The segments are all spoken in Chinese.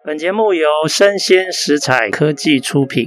本节目由生鲜食材科技出品。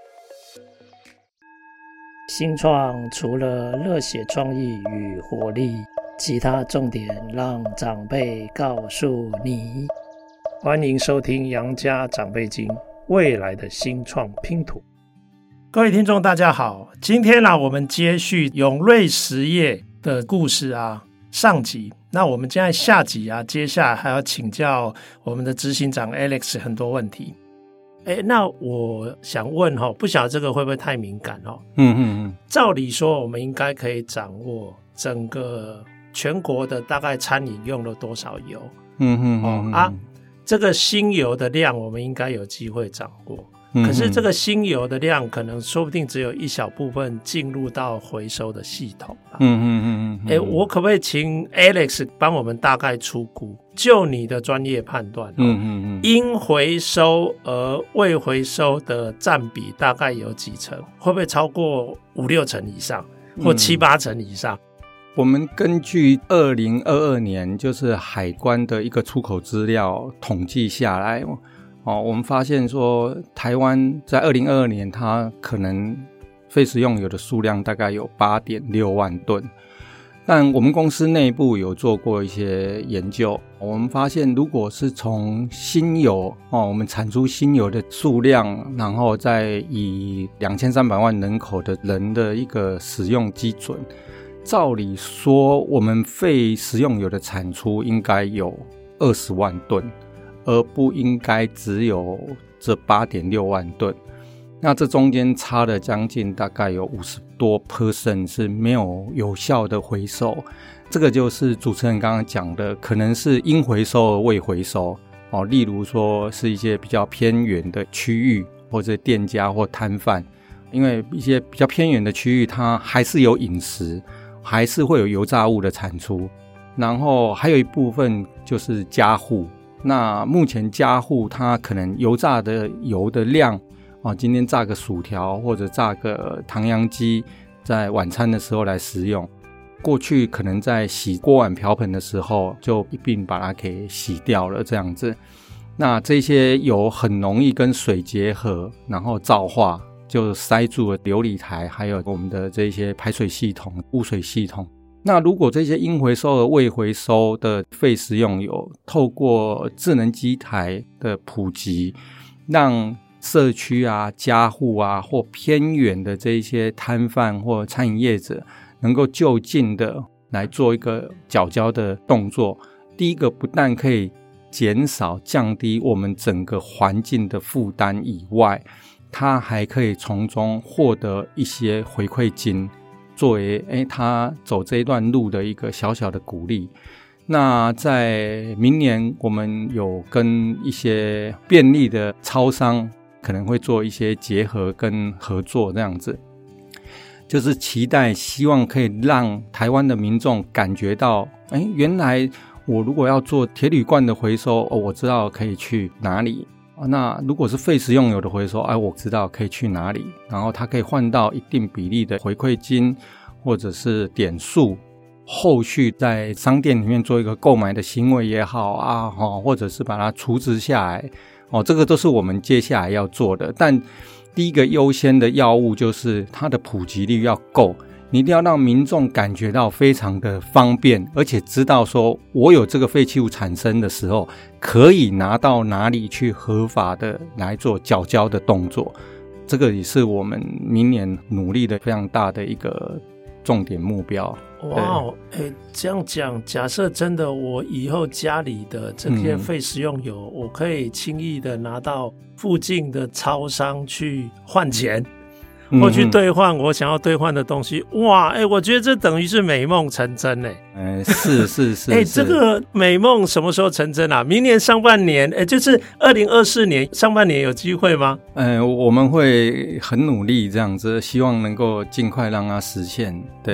新创除了热血创意与活力，其他重点让长辈告诉你。欢迎收听杨家长辈经，未来的新创拼图。各位听众大家好，今天我们接续永瑞实业的故事上集。那我们现在下集接下来还要请教我们的执行长 Alex 很多问题。那我想问不晓得这个会不会太敏感照理说我们应该可以掌握整个全国的大概餐饮用了多少油这个新油的量我们应该有机会掌握，可是这个新油的量可能说不定只有一小部分进入到回收的系统我可不可以请 Alex 帮我们大概出估，就你的专业判断应回收而未回收的占比大概有几成，会不会超过5-6成以上或7-8成以上？ 我们根据2022年就是海关的一个出口资料统计下来我们发现说台湾在2022年它可能废食用油的数量大概有 8.6 万吨，但我们公司内部有做过一些研究，我们发现如果是从新油我们产出新油的数量，然后再以2300万人口的人的一个使用基准，照理说我们废食用油的产出应该有20万吨，而不应该只有这 8.6 万吨。那这中间差了将近大概有50多 % 是没有有效的回收，这个就是主持人刚刚讲的，可能是应回收而未回收例如说是一些比较偏远的区域或者店家或摊贩，因为一些比较偏远的区域它还是有饮食，还是会有油炸物的产出，然后还有一部分就是家户，那目前家户它可能油炸的油的量今天炸个薯条或者炸个唐扬鸡在晚餐的时候来食用，过去可能在洗锅碗瓢盆的时候就一并把它给洗掉了这样子，那这些油很容易跟水结合，然后皂化就塞住了流理台还有我们的这些排水系统污水系统。那如果这些应回收而未回收的废食用油透过智能机台的普及，让社区家户或偏远的这些摊贩或餐饮业者能够就近的来做一个缴交的动作，第一个不但可以减少降低我们整个环境的负担以外，它还可以从中获得一些回馈金，作为他走这一段路的一个小小的鼓励。那在明年我们有跟一些便利的超商可能会做一些结合跟合作，这样子就是期待希望可以让台湾的民众感觉到原来我如果要做铁铝罐的回收我知道可以去哪里，那如果是废食用油的回收我知道可以去哪里，然后它可以换到一定比例的回馈金或者是点数，后续在商店里面做一个购买的行为也好或者是把它储值下来这个都是我们接下来要做的。但第一个优先的要务就是它的普及率要够，你一定要让民众感觉到非常的方便，而且知道说我有这个废弃物产生的时候可以拿到哪里去合法的来做缴交的动作，这个也是我们明年努力的非常大的一个重点目标。 这样讲，假设真的我以后家里的这些废食用油我可以轻易的拿到附近的超商去换钱或去兑换我想要兑换的东西，我觉得这等于是美梦成真是这个美梦什么时候成真明年上半年就是2024年上半年有机会吗？ 我们会很努力这样子，希望能够尽快让它实现。对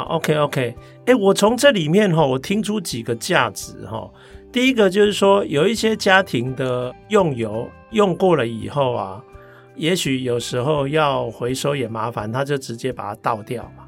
OK 我从这里面我听出几个价值第一个就是说有一些家庭的用油用过了以后也许有时候要回收也麻烦，他就直接把它倒掉嘛。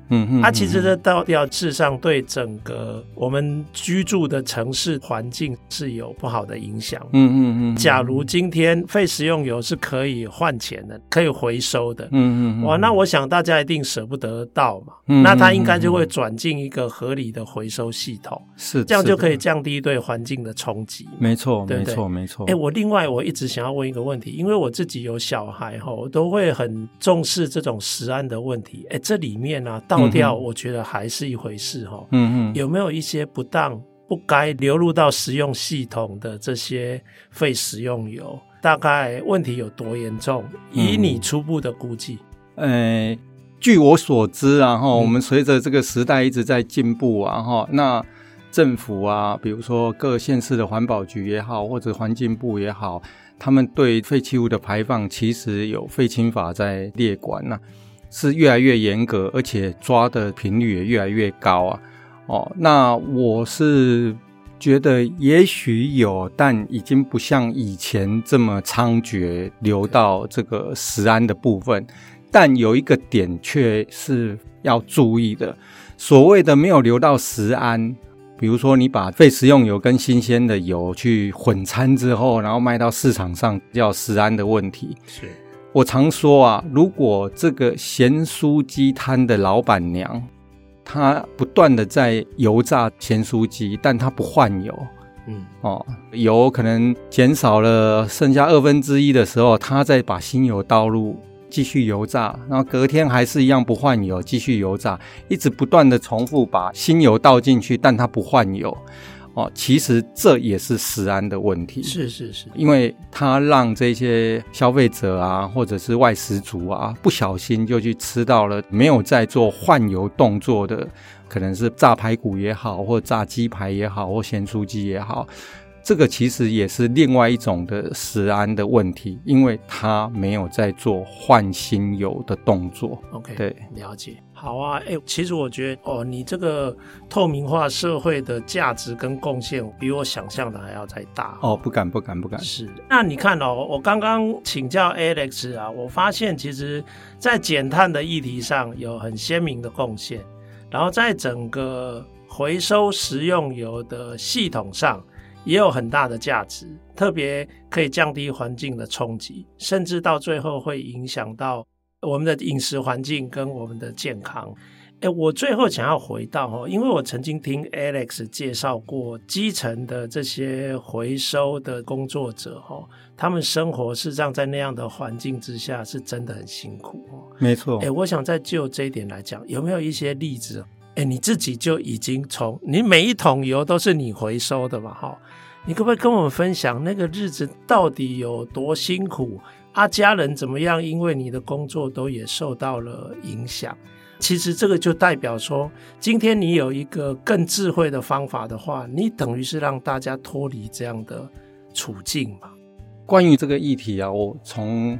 其实这倒吊事实上对整个我们居住的城市环境是有不好的影响。假如今天废食用油是可以换钱的，可以回收的，那我想大家一定舍不得倒嘛，那它应该就会转进一个合理的回收系统， 是这样就可以降低对环境的冲击。 没错， 对不对？ 没错。 我一直想要问一个问题，因为我自己有小孩我都会很重视这种食安的问题。这里面倒掉我觉得还是一回事有没有一些不当不该流入到食用系统的这些废食用油，大概问题有多严重？以你初步的估计。 据我所知我们随着这个时代一直在进步那政府比如说各县市的环保局也好，或者环境部也好，他们对废弃物的排放其实有废氢法在列管是越来越严格，而且抓的频率也越来越高那我是觉得也许有，但已经不像以前这么猖獗流到这个食安的部分。但有一个点却是要注意的，所谓的没有流到食安，比如说你把废食用油跟新鲜的油去混掺之后，然后卖到市场上，叫食安的问题。 是我常说如果这个咸酥鸡摊的老板娘她不断的在油炸咸酥鸡，但她不换油油可能减少了剩下1/2的时候，她再把新油倒入继续油炸，然后隔天还是一样不换油继续油炸，一直不断的重复把新油倒进去，但她不换油其实这也是食安的问题。 是， 因为它让这些消费者或者是外食族不小心就去吃到了没有在做换油动作的，可能是炸排骨也好，或炸鸡排也好，或咸酥鸡也好，这个其实也是另外一种的食安的问题，因为它没有在做换新油的动作。 OK， 对， 了解。好其实我觉得你这个透明化社会的价值跟贡献比我想象的还要再大不敢。 是，那你看我刚刚请教 Alex 我发现其实在减碳的议题上有很鲜明的贡献，然后在整个回收食用油的系统上也有很大的价值，特别可以降低环境的冲击，甚至到最后会影响到我们的饮食环境跟我们的健康。我最后想要回到因为我曾经听 Alex 介绍过基层的这些回收的工作者他们生活事实上在那样的环境之下是真的很辛苦没错。 我想再就这一点来讲，有没有一些例子你自己就已经你每一桶油都是你回收的嘛你可不可以跟我们分享那个日子到底有多辛苦家人怎么样因为你的工作都也受到了影响？其实这个就代表说今天你有一个更智慧的方法的话，你等于是让大家脱离这样的处境嘛。 关于这个议题我从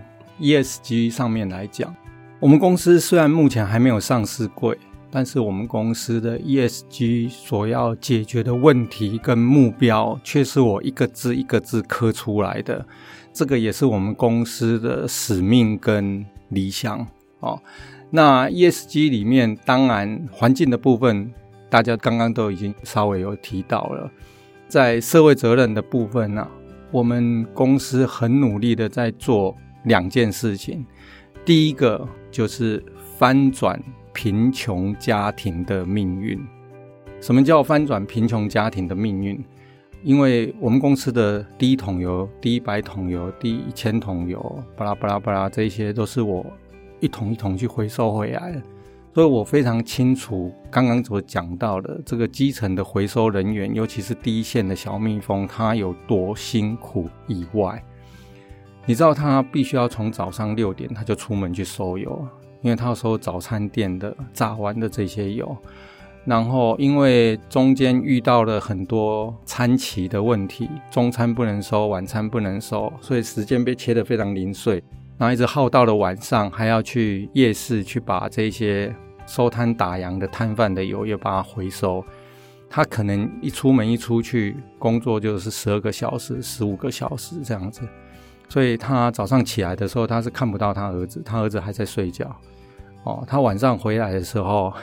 ESG 上面来讲，我们公司虽然目前还没有上市柜，但是我们公司的 ESG 所要解决的问题跟目标却是我一个字一个字刻出来的，这个也是我们公司的使命跟理想那 ESG 里面当然环境的部分大家刚刚都已经稍微有提到了，在社会责任的部分我们公司很努力的在做2件事情。第一个就是翻转贫穷家庭的命运。什么叫翻转贫穷家庭的命运？因为我们公司的第1桶油、第100桶油、第1000桶油巴拉巴拉巴拉，这些都是我一桶一桶去回收回来的，所以我非常清楚刚刚所讲到的这个基层的回收人员，尤其是第一线的小蜜蜂，他有多辛苦以外，你知道他必须要从早上6点他就出门去收油，因为他要收早餐店的炸完的这些油，然后因为中间遇到了很多餐期的问题，中餐不能收，晚餐不能收，所以时间被切得非常零碎，然后一直耗到了晚上，还要去夜市去把这些收摊打烊的摊贩的油也把它回收。他可能一出门一出去工作就是12个小时15个小时这样子，所以他早上起来的时候他是看不到他儿子，他儿子还在睡觉他晚上回来的时候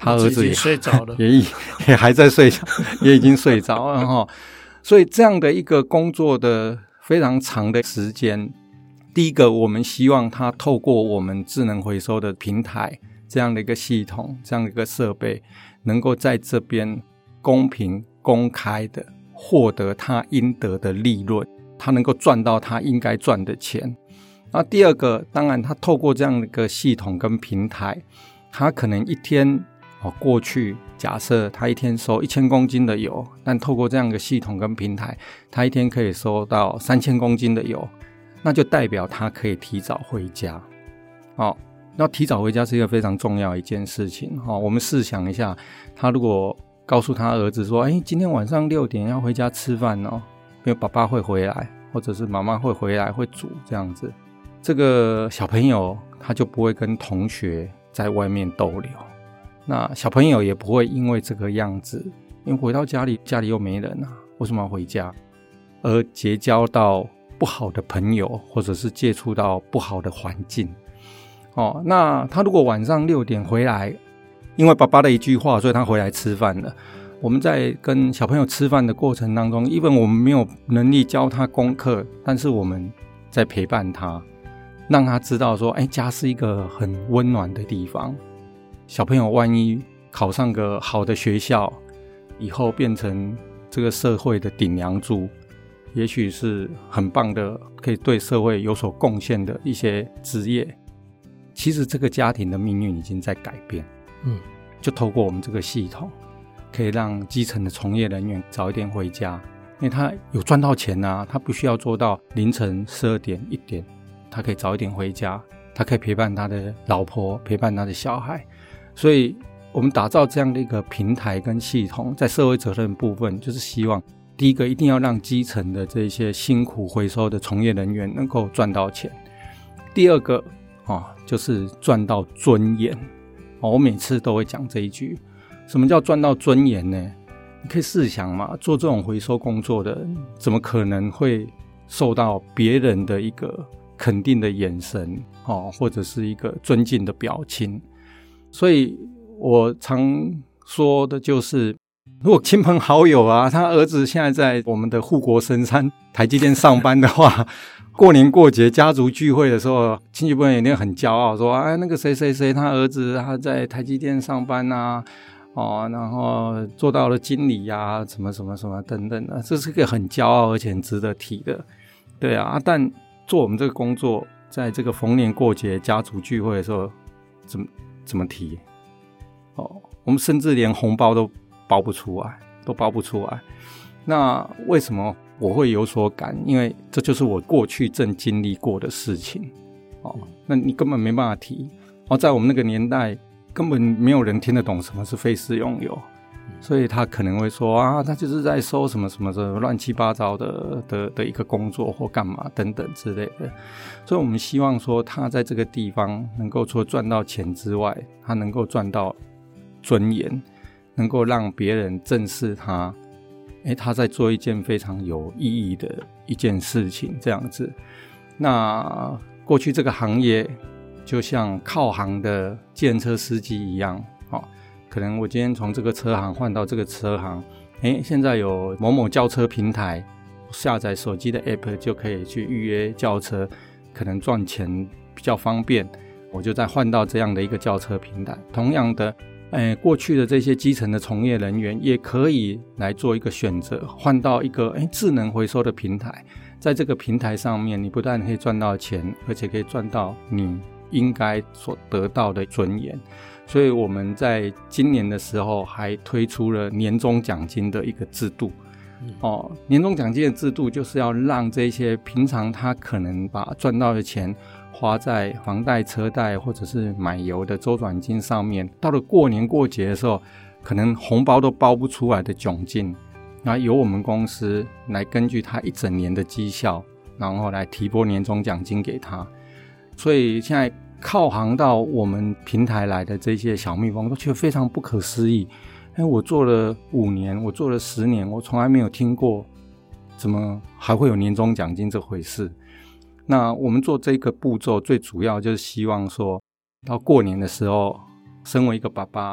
他儿子也睡着了， 也还在睡觉，也已经睡着了哈。所以这样的一个工作的非常长的时间，第一个我们希望他透过我们智能回收的平台这样的一个系统，这样的一个设备，能够在这边公平公开的获得他应得的利润，他能够赚到他应该赚的钱。然后第二个，当然他透过这样的一个系统跟平台，他可能一天过去假设他一天收1000公斤的油，但透过这样的系统跟平台，他一天可以收到3000公斤的油，那就代表他可以提早回家。那提早回家是一个非常重要的一件事情。我们试想一下，他如果告诉他儿子说今天晚上6点要回家吃饭因为爸爸会回来，或者是妈妈会回来会煮这样子，这个小朋友他就不会跟同学在外面逗留，那小朋友也不会因为这个样子，因为回到家里又没人为什么要回家，而结交到不好的朋友，或者是接触到不好的环境。那他如果晚上6点回来，因为爸爸的一句话，所以他回来吃饭了。我们在跟小朋友吃饭的过程当中，even我们没有能力教他功课，但是我们在陪伴他，让他知道说家是一个很温暖的地方。小朋友万一考上个好的学校，以后变成这个社会的顶梁柱，也许是很棒的，可以对社会有所贡献的一些职业。其实这个家庭的命运已经在改变。就透过我们这个系统，可以让基层的从业人员早一点回家，因为他有赚到钱他不需要做到凌晨12点1点，他可以早一点回家，他可以陪伴他的老婆，陪伴他的小孩。所以我们打造这样的一个平台跟系统，在社会责任部分，就是希望第一个一定要让基层的这些辛苦回收的从业人员能够赚到钱，第二个就是赚到尊严。我每次都会讲这一句，什么叫赚到尊严呢？你可以试想嘛，做这种回收工作的人，怎么可能会受到别人的一个肯定的眼神或者是一个尊敬的表情？所以我常说的就是，如果亲朋好友他儿子现在在我们的护国神山台积电上班的话，过年过节家族聚会的时候，亲戚朋友一定很骄傲说那个谁谁谁他儿子他在台积电上班然后做到了经理什么什么什么等等的，这是个很骄傲而且很值得提的。对但做我们这个工作，在这个逢年过节家族聚会的时候怎么提我们甚至连红包都包不出来。那为什么我会有所感？因为这就是我过去正经历过的事情那你根本没办法提在我们那个年代根本没有人听得懂什么是非食用油，所以他可能会说他就是在收什么什么的乱七八糟的一个工作或干嘛等等之类的。所以我们希望说他在这个地方能够除了赚到钱之外，他能够赚到尊严，能够让别人正视他他在做一件非常有意义的一件事情这样子。那过去这个行业就像靠行的计程车司机一样可能我今天从这个车行换到这个车行现在有某某叫车平台，下载手机的 app 就可以去预约叫车，可能赚钱比较方便，我就再换到这样的一个叫车平台。同样的过去的这些基层的从业人员也可以来做一个选择，换到一个智能回收的平台。在这个平台上面，你不但可以赚到钱，而且可以赚到你应该所得到的尊严。所以我们在今年的时候还推出了年终奖金的一个制度年终奖金的制度就是要让这些平常他可能把赚到的钱花在房贷车贷或者是买油的周转金上面，到了过年过节的时候可能红包都包不出来的窘境，那由我们公司来根据他一整年的绩效，然后来提拨年终奖金给他。所以现在靠行到我们平台来的这些小蜜蜂都觉得非常不可思议，我做了5年，我做了10年，我从来没有听过怎么还会有年终奖金这回事。那我们做这个步骤最主要就是希望说到过年的时候，身为一个爸爸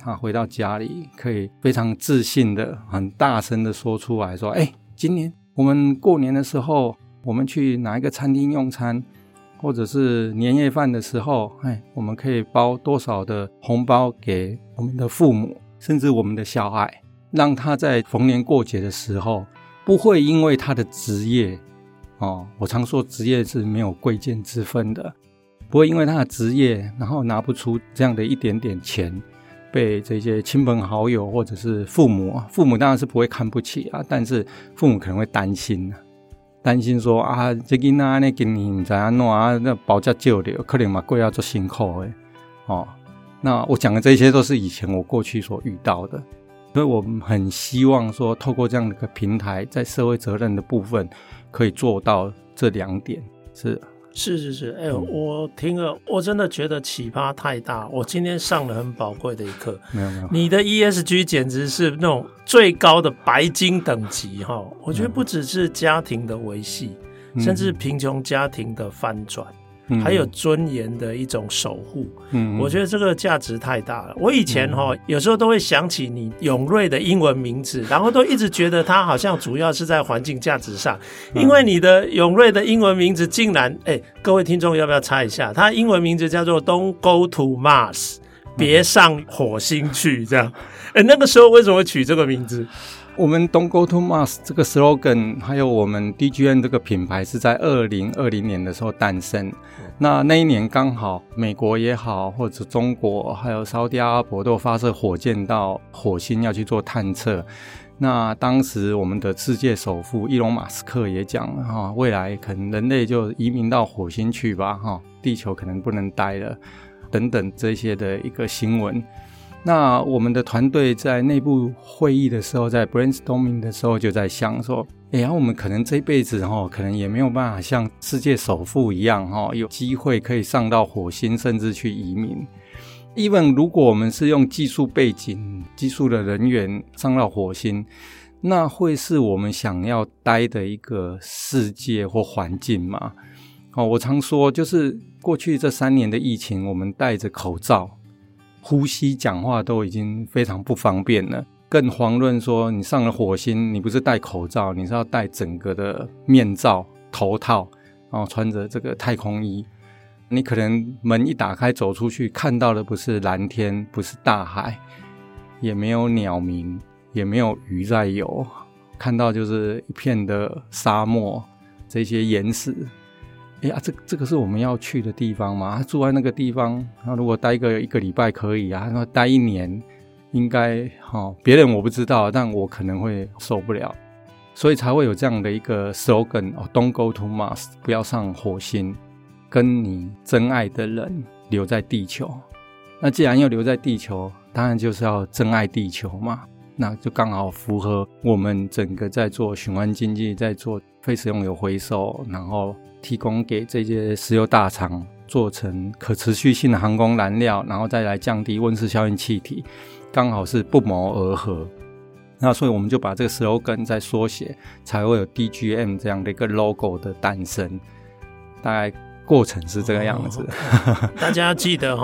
他回到家里可以非常自信的很大声的说出来说，今年我们过年的时候我们去哪一个餐厅用餐，或者是年夜饭的时候我们可以包多少的红包给我们的父母甚至我们的小孩，让他在逢年过节的时候不会因为他的职业我常说职业是没有贵贱之分的，不会因为他的职业然后拿不出这样的一点点钱被这些亲朋好友或者是父母当然是不会看不起但是父母可能会担心说这囡仔呢今年不知道怎样那包这么少的可能嘛过得很辛苦的那我讲的这些都是以前我过去所遇到的，所以我们很希望说透过这样的一个平台在社会责任的部分可以做到这2点。 是我听了我真的觉得启发太大，我今天上了很宝贵的一课。 没有你的 ESG 简直是那种最高的白金等级我觉得不只是家庭的维系甚至贫穷家庭的翻转还有尊严的一种守护我觉得这个价值太大了。我以前有时候都会想起你永瑞的英文名字，然后都一直觉得它好像主要是在环境价值上因为你的永瑞的英文名字竟然各位听众要不要猜一下，它英文名字叫做 Don't Go to Mars 别上火星去这样那个时候为什么会取这个名字？ 我们 Don't Go to Mars 这个 slogan 还有我们 DGM 这个品牌是在2020年的时候诞生，那一年刚好美国也好或者中国还有沙特阿拉伯都发射火箭到火星要去做探测，那当时我们的世界首富伊隆马斯克也讲未来可能人类就移民到火星去吧地球可能不能待了等等这些的一个新闻。那我们的团队在内部会议的时候在 brainstorming 的时候就在想说我们可能这辈子可能也没有办法像世界首富一样有机会可以上到火星甚至去移民。even 如果我们是用技术背景技术的人员上到火星，那会是我们想要待的一个世界或环境吗？我常说就是过去这3年的疫情我们戴着口罩呼吸讲话都已经非常不方便了，更遑论说你上了火星你不是戴口罩，你是要戴整个的面罩头套穿着这个太空衣，你可能门一打开走出去看到的不是蓝天不是大海也没有鸟鸣也没有鱼在游，看到就是一片的沙漠这些岩石这个是我们要去的地方吗？住在那个地方如果待一个礼拜可以那待1年应该别人我不知道但我可能会受不了，所以才会有这样的一个 slogan Don't go to Mars 不要上火星，跟你真爱的人留在地球。那既然要留在地球当然就是要真爱地球嘛，那就刚好符合我们整个在做循环经济在做废食用油回收，然后提供给这些石油大厂做成可持续性的航空燃料，然后再来降低温室效应气体，刚好是不谋而合。那所以我们就把这个 slogan 再缩写，才会有 DGM 这样的一个 logo 的诞生，大概过程是这个样子。 大家记得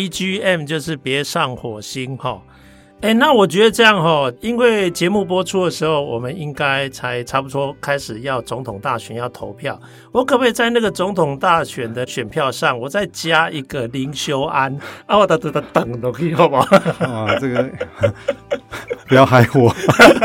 DGM 就是别上火星那我觉得这样因为节目播出的时候我们应该才差不多开始要总统大选要投票，我可不可以在那个总统大选的选票上我再加一个林修安我等都可以好不好？ 这个不要害我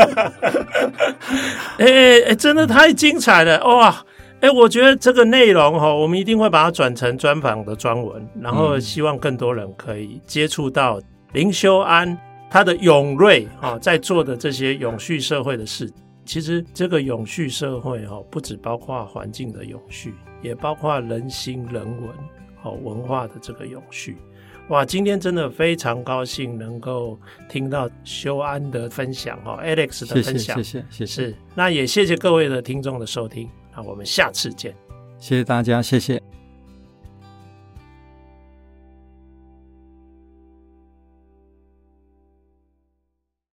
真的太精彩了哇！我觉得这个内容我们一定会把它转成专访的专文，然后希望更多人可以接触到林修安他的永瑞在做的这些永续社会的事。其实这个永续社会不只包括环境的永续，也包括人心人文文化的这个永续。哇，今天真的非常高兴能够听到修安的分享Alex 的分享， 谢谢。 是，那也谢谢各位的听众的收听，那我们下次见。 谢谢大家，谢谢。